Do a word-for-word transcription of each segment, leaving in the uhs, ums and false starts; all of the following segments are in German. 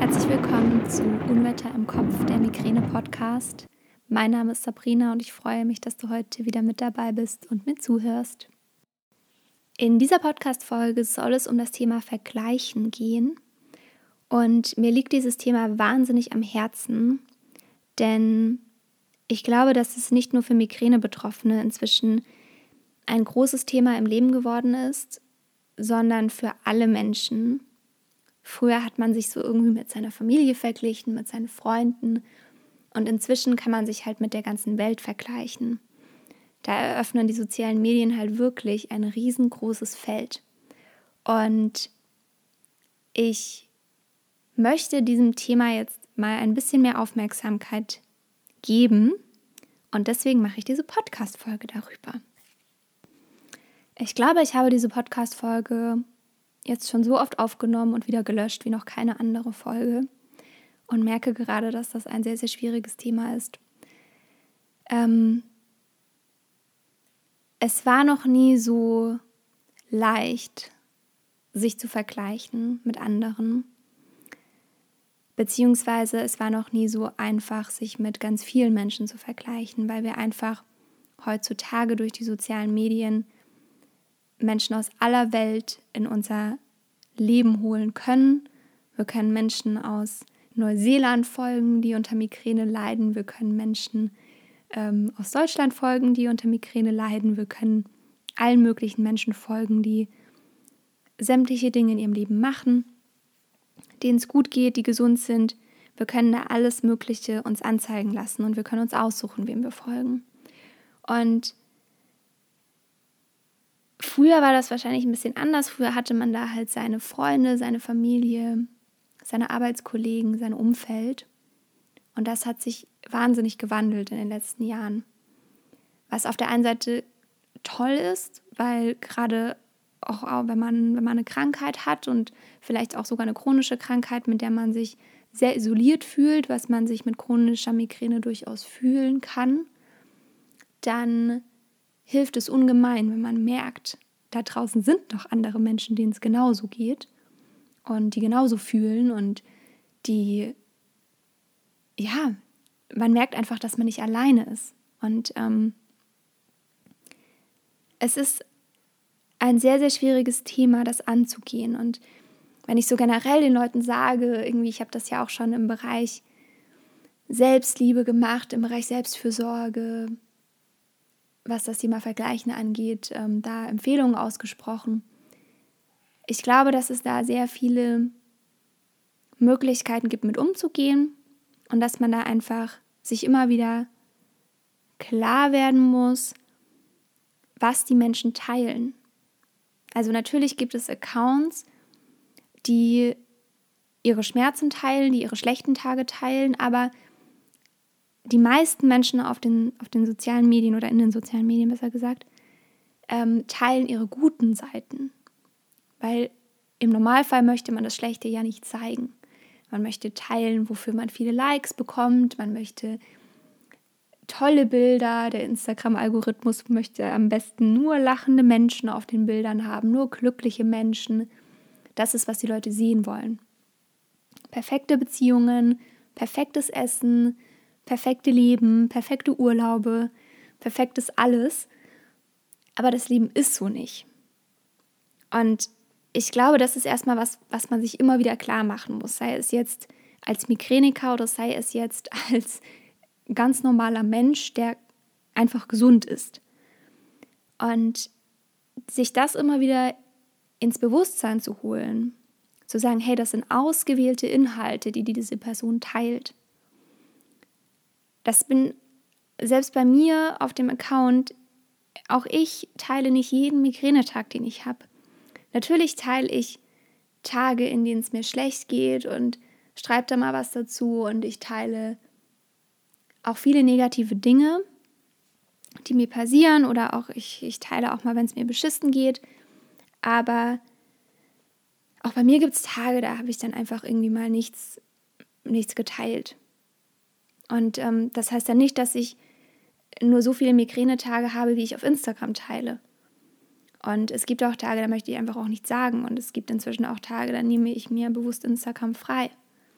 Herzlich willkommen zu Unwetter im Kopf, der Migräne-Podcast. Mein Name ist Sabrina und ich freue mich, dass du heute wieder mit dabei bist und mir zuhörst. In dieser Podcast-Folge soll es um das Thema Vergleichen gehen. Und mir liegt dieses Thema wahnsinnig am Herzen, denn ich glaube, dass es nicht nur für Migräne-Betroffene inzwischen ein großes Thema im Leben geworden ist, sondern für alle Menschen. Früher hat man sich so irgendwie mit seiner Familie verglichen, mit seinen Freunden und inzwischen kann man sich halt mit der ganzen Welt vergleichen. Da eröffnen die sozialen Medien halt wirklich ein riesengroßes Feld. Und ich möchte diesem Thema jetzt mal ein bisschen mehr Aufmerksamkeit geben und deswegen mache ich diese Podcast-Folge darüber. Ich glaube, ich habe diese Podcast-Folge jetzt schon so oft aufgenommen und wieder gelöscht wie noch keine andere Folge und merke gerade, dass das ein sehr, sehr schwieriges Thema ist. Ähm, es war noch nie so leicht, sich zu vergleichen mit anderen, beziehungsweise es war noch nie so einfach, sich mit ganz vielen Menschen zu vergleichen, weil wir einfach heutzutage durch die sozialen Medien Menschen aus aller Welt in unser Leben holen können. Wir können Menschen aus Neuseeland folgen, die unter Migräne leiden. Wir können Menschen ähm, aus Deutschland folgen, die unter Migräne leiden. Wir können allen möglichen Menschen folgen, die sämtliche Dinge in ihrem Leben machen, denen es gut geht, die gesund sind. Wir können da alles Mögliche uns anzeigen lassen und wir können uns aussuchen, wem wir folgen. Und früher war das wahrscheinlich ein bisschen anders. Früher hatte man da halt seine Freunde, seine Familie, seine Arbeitskollegen, sein Umfeld. Und das hat sich wahnsinnig gewandelt in den letzten Jahren. Was auf der einen Seite toll ist, weil gerade auch wenn man, wenn man eine Krankheit hat und vielleicht auch sogar eine chronische Krankheit, mit der man sich sehr isoliert fühlt, was man sich mit chronischer Migräne durchaus fühlen kann, dann hilft es ungemein, wenn man merkt, da draußen sind noch andere Menschen, denen es genauso geht und die genauso fühlen und die, ja, man merkt einfach, dass man nicht alleine ist. Und ähm, es ist ein sehr, sehr schwieriges Thema, das anzugehen. Und wenn ich so generell den Leuten sage, irgendwie, ich habe das ja auch schon im Bereich Selbstliebe gemacht, im Bereich Selbstfürsorge, was das Thema Vergleichen angeht, ähm, da Empfehlungen ausgesprochen. Ich glaube, dass es da sehr viele Möglichkeiten gibt, mit umzugehen und dass man da einfach sich immer wieder klar werden muss, was die Menschen teilen. Also natürlich gibt es Accounts, die ihre Schmerzen teilen, die ihre schlechten Tage teilen, aber die meisten Menschen auf den, auf den sozialen Medien oder in den sozialen Medien, besser gesagt, ähm, teilen ihre guten Seiten. Weil im Normalfall möchte man das Schlechte ja nicht zeigen. Man möchte teilen, wofür man viele Likes bekommt. Man möchte tolle Bilder. Der Instagram-Algorithmus möchte am besten nur lachende Menschen auf den Bildern haben, nur glückliche Menschen. Das ist, was die Leute sehen wollen. Perfekte Beziehungen, perfektes Essen, perfekte Leben, perfekte Urlaube, perfektes alles. Aber das Leben ist so nicht. Und ich glaube, das ist erstmal was, was man sich immer wieder klar machen muss. Sei es jetzt als Migräniker oder sei es jetzt als ganz normaler Mensch, der einfach gesund ist. Und sich das immer wieder ins Bewusstsein zu holen, zu sagen, hey, das sind ausgewählte Inhalte, die diese Person teilt. Das bin selbst bei mir auf dem Account, auch ich teile nicht jeden Migränetag, den ich habe. Natürlich teile ich Tage, in denen es mir schlecht geht und schreibe da mal was dazu und ich teile auch viele negative Dinge, die mir passieren oder auch ich, ich teile auch mal, wenn es mir beschissen geht. Aber auch bei mir gibt es Tage, da habe ich dann einfach irgendwie mal nichts, nichts geteilt. Und ähm, das heißt dann nicht, dass ich nur so viele Migränetage habe, wie ich auf Instagram teile. Und es gibt auch Tage, da möchte ich einfach auch nichts sagen. Und es gibt inzwischen auch Tage, da nehme ich mir bewusst Instagram frei.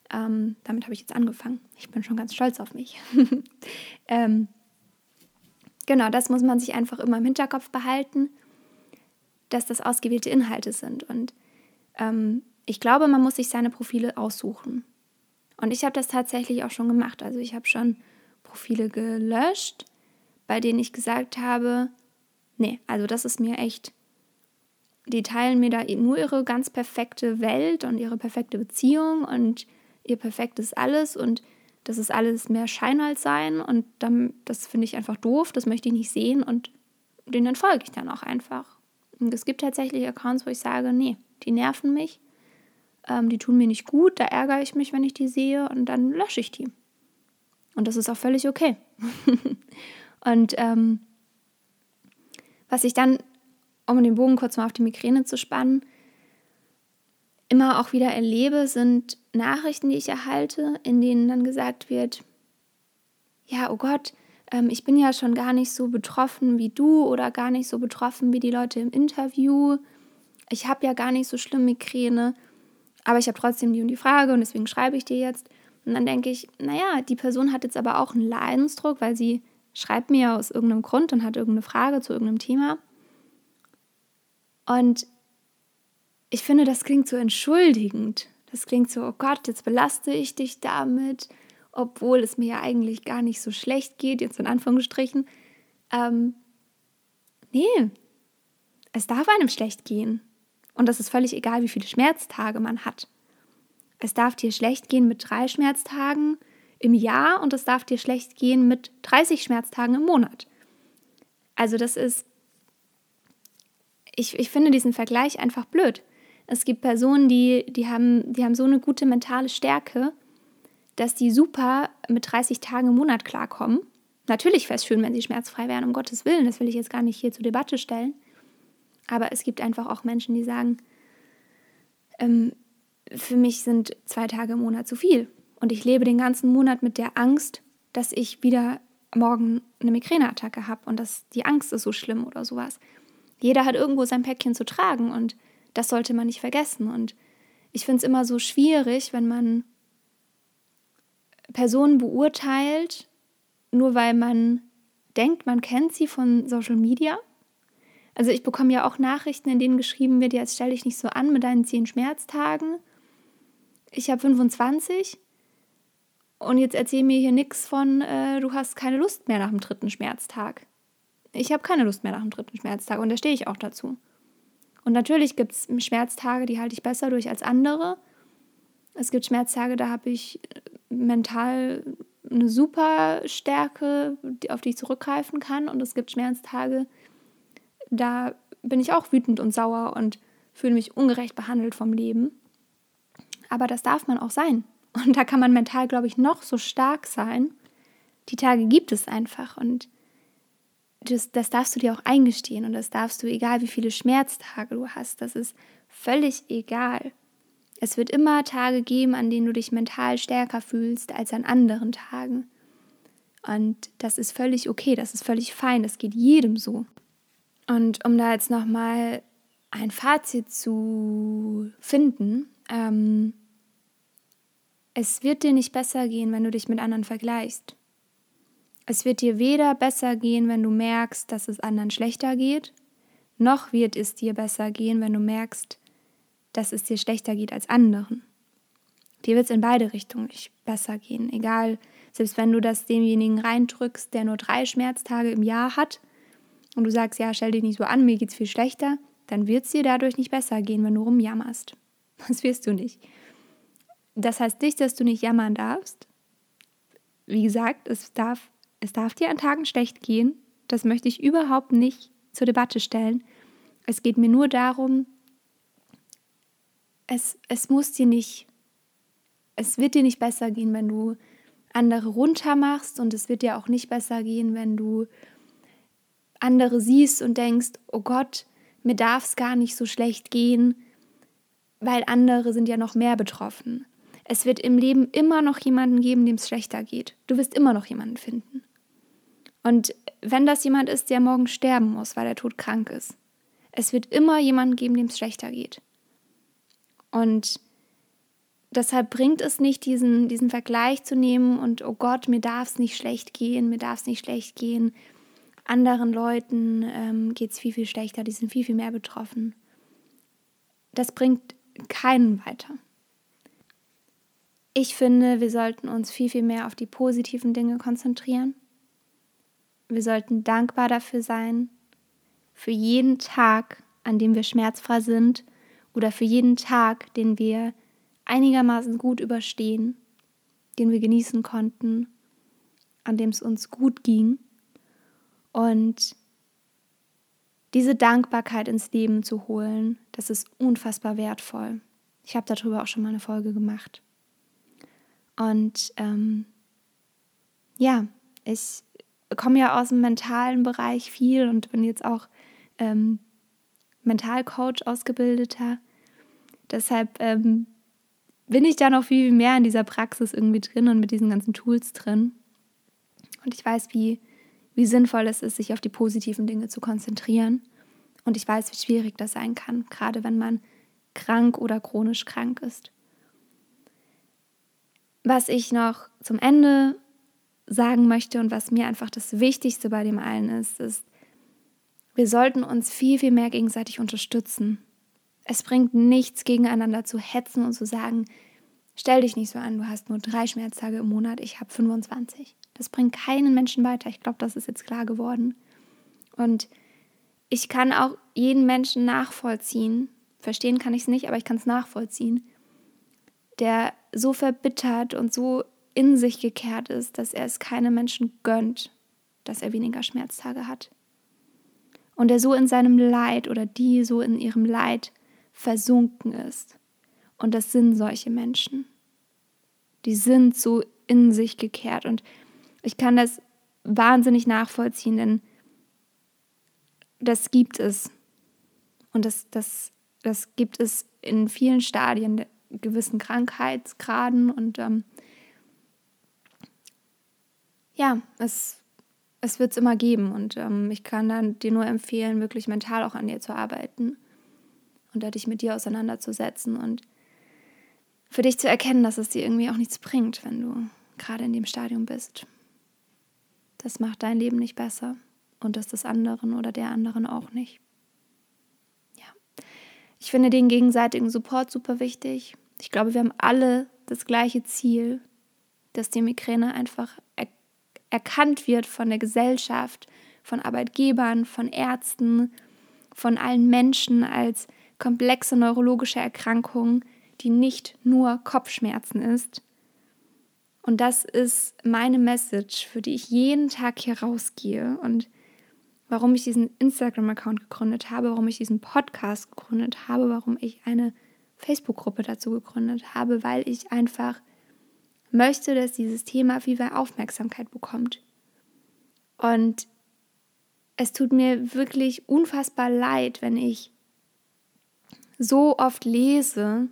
Ähm, damit habe ich jetzt angefangen. Ich bin schon ganz stolz auf mich. ähm, genau, das muss man sich einfach immer im Hinterkopf behalten, dass das ausgewählte Inhalte sind. Und ähm, ich glaube, man muss sich seine Profile aussuchen. Und ich habe das tatsächlich auch schon gemacht. Also ich habe schon Profile gelöscht, bei denen ich gesagt habe, nee, also das ist mir echt, die teilen mir da nur ihre ganz perfekte Welt und ihre perfekte Beziehung und ihr perfektes alles und das ist alles mehr Schein als Sein und dann, das finde ich einfach doof, das möchte ich nicht sehen und denen folge ich dann auch einfach. Und es gibt tatsächlich Accounts, wo ich sage, nee, die nerven mich, ähm, die tun mir nicht gut, da ärgere ich mich, wenn ich die sehe und dann lösche ich die. Und das ist auch völlig okay. und ähm, was ich dann, um den Bogen kurz mal auf die Migräne zu spannen, immer auch wieder erlebe, sind Nachrichten, die ich erhalte, in denen dann gesagt wird, ja, oh Gott, ähm, ich bin ja schon gar nicht so betroffen wie du oder gar nicht so betroffen wie die Leute im Interview. Ich habe ja gar nicht so schlimm Migräne, aber ich habe trotzdem die und die Frage und deswegen schreibe ich dir jetzt. Und dann denke ich, naja, die Person hat jetzt aber auch einen Leidensdruck, weil sie schreibt mir aus irgendeinem Grund und hat irgendeine Frage zu irgendeinem Thema. Und ich finde, das klingt so entschuldigend. Das klingt so, oh Gott, jetzt belaste ich dich damit, obwohl es mir ja eigentlich gar nicht so schlecht geht, jetzt in Anführungsstrichen. Ähm, nee, es darf einem schlecht gehen. Und das ist völlig egal, wie viele Schmerztage man hat. Es darf dir schlecht gehen mit drei Schmerztagen im Jahr und es darf dir schlecht gehen mit dreißig Schmerztagen im Monat. Also das ist, ich, ich finde diesen Vergleich einfach blöd. Es gibt Personen, die, die, haben, die haben so eine gute mentale Stärke, dass die super mit dreißig Tagen im Monat klarkommen. Natürlich wäre es schön, wenn sie schmerzfrei wären, um Gottes Willen. Das will ich jetzt gar nicht hier zur Debatte stellen. Aber es gibt einfach auch Menschen, die sagen, ähm, für mich sind zwei Tage im Monat zu viel. Und ich lebe den ganzen Monat mit der Angst, dass ich wieder morgen eine Migräneattacke habe und dass die Angst ist so schlimm oder sowas. Jeder hat irgendwo sein Päckchen zu tragen und das sollte man nicht vergessen. Und ich finde es immer so schwierig, wenn man Personen beurteilt, nur weil man denkt, man kennt sie von Social Media. Also ich bekomme ja auch Nachrichten, in denen geschrieben wird, jetzt stell dich nicht so an mit deinen zehn Schmerztagen. Ich habe fünfundzwanzig und jetzt erzähl mir hier nichts von, äh, du hast keine Lust mehr nach dem dritten Schmerztag. Ich habe keine Lust mehr nach dem dritten Schmerztag und da stehe ich auch dazu. Und natürlich gibt es Schmerztage, die halte ich besser durch als andere. Es gibt Schmerztage, da habe ich mental eine super Stärke, auf die ich zurückgreifen kann. Und es gibt Schmerztage, da bin ich auch wütend und sauer und fühle mich ungerecht behandelt vom Leben. Aber das darf man auch sein. Und da kann man mental, glaube ich, noch so stark sein. Die Tage gibt es einfach und das, das darfst du dir auch eingestehen und das darfst du, egal wie viele Schmerztage du hast, das ist völlig egal. Es wird immer Tage geben, an denen du dich mental stärker fühlst als an anderen Tagen. Und das ist völlig okay, das ist völlig fein, das geht jedem so. Und um da jetzt nochmal ein Fazit zu finden, ähm, es wird dir nicht besser gehen, wenn du dich mit anderen vergleichst. Es wird dir weder besser gehen, wenn du merkst, dass es anderen schlechter geht, noch wird es dir besser gehen, wenn du merkst, dass es dir schlechter geht als anderen. Dir wird es in beide Richtungen nicht besser gehen. Egal, selbst wenn du das demjenigen reindrückst, der nur drei Schmerztage im Jahr hat und du sagst, ja, stell dich nicht so an, mir geht's viel schlechter, dann wird es dir dadurch nicht besser gehen, wenn du rumjammerst. Das wirst du nicht. Das heißt nicht, dass du nicht jammern darfst. Wie gesagt, es darf, es darf dir an Tagen schlecht gehen. Das möchte ich überhaupt nicht zur Debatte stellen. Es geht mir nur darum, es, es muss dir nicht, es wird dir nicht besser gehen, wenn du andere runtermachst und es wird dir auch nicht besser gehen, wenn du andere siehst und denkst, oh Gott, mir darf es gar nicht so schlecht gehen, weil andere sind ja noch mehr betroffen. Es wird im Leben immer noch jemanden geben, dem es schlechter geht. Du wirst immer noch jemanden finden. Und wenn das jemand ist, der morgen sterben muss, weil er todkrank ist, es wird immer jemanden geben, dem es schlechter geht. Und deshalb bringt es nicht, diesen, diesen Vergleich zu nehmen und oh Gott, mir darf es nicht schlecht gehen, mir darf es nicht schlecht gehen. Anderen Leuten ähm, geht es viel, viel schlechter, die sind viel, viel mehr betroffen. Das bringt keinen weiter. Ich finde, wir sollten uns viel, viel mehr auf die positiven Dinge konzentrieren. Wir sollten dankbar dafür sein, für jeden Tag, an dem wir schmerzfrei sind oder für jeden Tag, den wir einigermaßen gut überstehen, den wir genießen konnten, an dem es uns gut ging. Und diese Dankbarkeit ins Leben zu holen, das ist unfassbar wertvoll. Ich habe darüber auch schon mal eine Folge gemacht. Und ähm, ja, ich komme ja aus dem mentalen Bereich viel und bin jetzt auch ähm, Mentalcoach ausgebildeter. Deshalb ähm, bin ich da noch viel mehr in dieser Praxis irgendwie drin und mit diesen ganzen Tools drin. Und ich weiß, wie, wie sinnvoll es ist, sich auf die positiven Dinge zu konzentrieren. Und ich weiß, wie schwierig das sein kann, gerade wenn man krank oder chronisch krank ist. Was ich noch zum Ende sagen möchte und was mir einfach das Wichtigste bei dem allen ist, ist, wir sollten uns viel, viel mehr gegenseitig unterstützen. Es bringt nichts, gegeneinander zu hetzen und zu sagen, stell dich nicht so an, du hast nur drei Schmerztage im Monat, ich habe fünfundzwanzig. Das bringt keinen Menschen weiter. Ich glaube, das ist jetzt klar geworden. Und ich kann auch jeden Menschen nachvollziehen, verstehen kann ich es nicht, aber ich kann es nachvollziehen, der so verbittert und so in sich gekehrt ist, dass er es keinem Menschen gönnt, dass er weniger Schmerztage hat. Und der so in seinem Leid oder die so in ihrem Leid versunken ist. Und das sind solche Menschen. Die sind so in sich gekehrt. Und ich kann das wahnsinnig nachvollziehen, denn das gibt es. Und das, das, das gibt es in vielen Stadien, gewissen Krankheitsgraden. Und ähm, ja, es, es wird es immer geben. Und ähm, ich kann dann dir nur empfehlen, wirklich mental auch an dir zu arbeiten und dich mit dir auseinanderzusetzen und für dich zu erkennen, dass es dir irgendwie auch nichts bringt, wenn du gerade in dem Stadium bist. Das macht dein Leben nicht besser und das des anderen oder der anderen auch nicht. Ja, ich finde den gegenseitigen Support super wichtig. Ich glaube, wir haben alle das gleiche Ziel, dass die Migräne einfach er- erkannt wird von der Gesellschaft, von Arbeitgebern, von Ärzten, von allen Menschen als komplexe neurologische Erkrankung, die nicht nur Kopfschmerzen ist. Und das ist meine Message, für die ich jeden Tag hier rausgehe und warum ich diesen Instagram-Account gegründet habe, warum ich diesen Podcast gegründet habe, warum ich eine Facebook-Gruppe dazu gegründet habe, weil ich einfach möchte, dass dieses Thema viel mehr Aufmerksamkeit bekommt. Und es tut mir wirklich unfassbar leid, wenn ich so oft lese,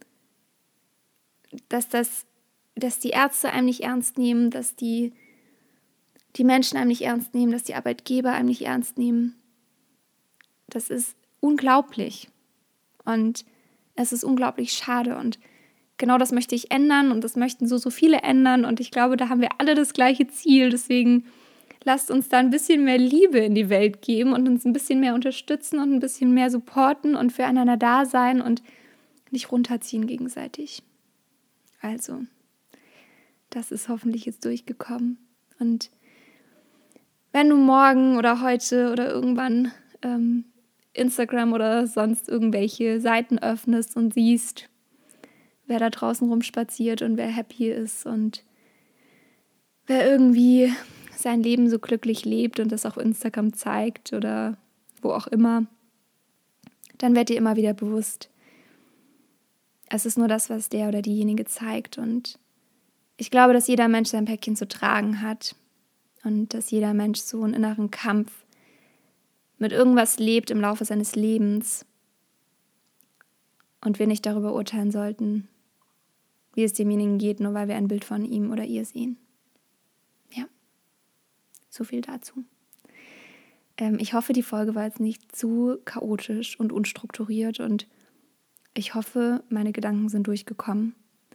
dass das, dass die Ärzte einem nicht ernst nehmen, dass die, die Menschen einem nicht ernst nehmen, dass die Arbeitgeber einem nicht ernst nehmen. Das ist unglaublich. Und es ist unglaublich schade. Und genau das möchte ich ändern und das möchten so, so viele ändern. Und ich glaube, da haben wir alle das gleiche Ziel. Deswegen lasst uns da ein bisschen mehr Liebe in die Welt geben und uns ein bisschen mehr unterstützen und ein bisschen mehr supporten und füreinander da sein und nicht runterziehen gegenseitig. Also, das ist hoffentlich jetzt durchgekommen. Und wenn du morgen oder heute oder irgendwann ähm, Instagram oder sonst irgendwelche Seiten öffnest und siehst, wer da draußen rumspaziert und wer happy ist und wer irgendwie sein Leben so glücklich lebt und das auf Instagram zeigt oder wo auch immer, dann wird dir immer wieder bewusst, es ist nur das, was der oder diejenige zeigt. Und ich glaube, dass jeder Mensch sein Päckchen zu tragen hat und dass jeder Mensch so einen inneren Kampf mit irgendwas lebt im Laufe seines Lebens und wir nicht darüber urteilen sollten, wie es demjenigen geht, nur weil wir ein Bild von ihm oder ihr sehen. Ja, so viel dazu. Ähm, ich hoffe, die Folge war jetzt nicht zu chaotisch und unstrukturiert und ich hoffe, meine Gedanken sind durchgekommen.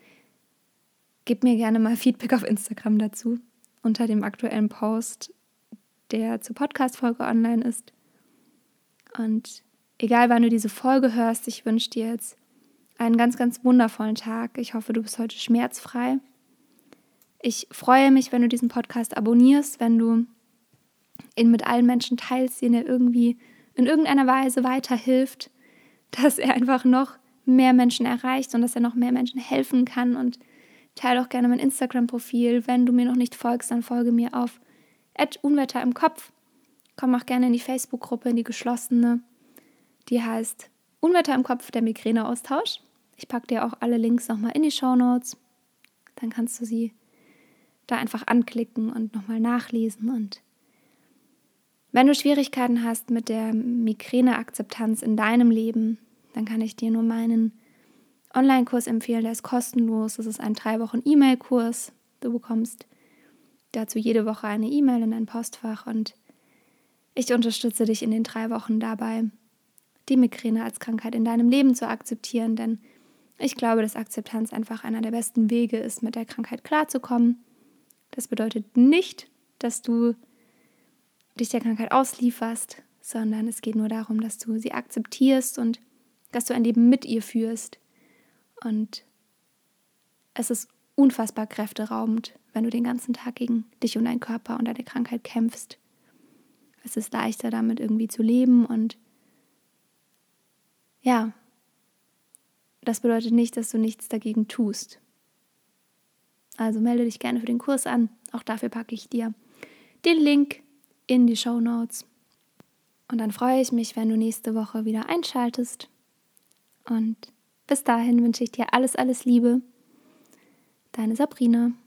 gib mir gerne mal Feedback auf Instagram dazu, unter dem aktuellen Post, der zur Podcast-Folge online ist. Und egal, wann du diese Folge hörst, ich wünsche dir jetzt einen ganz, ganz wundervollen Tag. Ich hoffe, du bist heute schmerzfrei. Ich freue mich, wenn du diesen Podcast abonnierst, wenn du ihn mit allen Menschen teilst, denen er irgendwie in irgendeiner Weise weiterhilft, dass er einfach noch mehr Menschen erreicht und dass er noch mehr Menschen helfen kann. Und teile auch gerne mein Instagram-Profil. Wenn du mir noch nicht folgst, dann folge mir auf at unwetter im Kopf. Komm auch gerne in die Facebook-Gruppe, in die geschlossene. Die heißt Unwetter im Kopf, der Migräne-Austausch. Ich packe dir auch alle Links nochmal in die Shownotes. Dann kannst du sie da einfach anklicken und nochmal nachlesen. Und wenn du Schwierigkeiten hast mit der Migräne-Akzeptanz in deinem Leben, dann kann ich dir nur meinen Online-Kurs empfehlen. Der ist kostenlos. Das ist ein drei Wochen E-Mail-Kurs. Du bekommst dazu jede Woche eine E-Mail in dein Postfach und ich unterstütze dich in den drei Wochen dabei, die Migräne als Krankheit in deinem Leben zu akzeptieren, denn ich glaube, dass Akzeptanz einfach einer der besten Wege ist, mit der Krankheit klarzukommen. Das bedeutet nicht, dass du dich der Krankheit auslieferst, sondern es geht nur darum, dass du sie akzeptierst und dass du ein Leben mit ihr führst. Und es ist unfassbar kräfteraubend, wenn du den ganzen Tag gegen dich und deinen Körper und deine Krankheit kämpfst. Es ist leichter, damit irgendwie zu leben und ja, das bedeutet nicht, dass du nichts dagegen tust. Also melde dich gerne für den Kurs an. Auch dafür packe ich dir den Link in die Shownotes. Und dann freue ich mich, wenn du nächste Woche wieder einschaltest. Und bis dahin wünsche ich dir alles, alles Liebe. Deine Sabrina.